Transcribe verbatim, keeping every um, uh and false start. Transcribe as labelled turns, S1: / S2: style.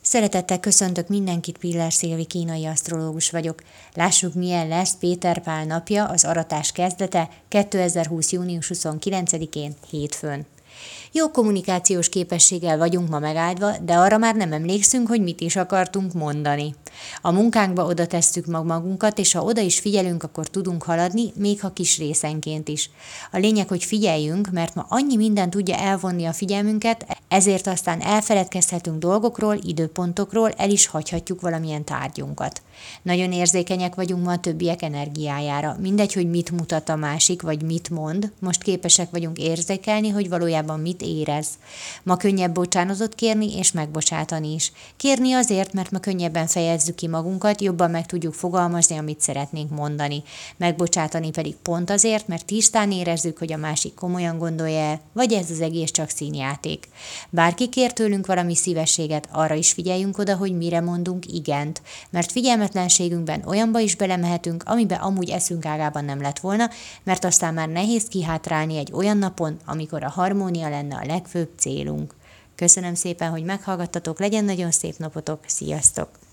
S1: Szeretettel köszöntök mindenkit, Piller Szilvi kínai asztrológus vagyok. Lássuk, milyen lesz Péter Pál napja, az aratás kezdete kétezer-húsz. június huszonkilencedikén, hétfőn. Jó kommunikációs képességgel vagyunk ma megáldva, de arra már nem emlékszünk, hogy mit is akartunk mondani. A munkánkba oda tesszük mag magunkat, és ha oda is figyelünk, akkor tudunk haladni, még ha kis részenként is. A lényeg, hogy figyeljünk, mert ma annyi minden tudja elvonni a figyelmünket, ezért aztán elfeledkezhetünk dolgokról, időpontokról, el is hagyhatjuk valamilyen tárgyunkat. Nagyon érzékenyek vagyunk ma a többiek energiájára. Mindegy, hogy mit mutat a másik, vagy mit mond, most képesek vagyunk érzékelni, hogy valójában mit érez. Ma könnyebb bocsánatot kérni és megbocsátani is. Kérni azért, mert ma könnyebben fejezzük ki magunkat, jobban meg tudjuk fogalmazni, amit szeretnénk mondani. Megbocsátani pedig pont azért, mert tisztán érezzük, hogy a másik komolyan gondolja el, vagy ez az egész csak színjáték. Bárki kér tőlünk valami szívességet, arra is figyeljünk oda, hogy mire mondunk igent, mert figyelmetlenségünkben olyanba is belemehetünk, amiben amúgy eszünk ágában nem lett volna, mert aztán már nehéz kihátrálni egy olyan napon, amikor a harmónia lenne a legfőbb célunk. Köszönöm szépen, hogy meghallgattatok, legyen nagyon szép napotok, sziasztok!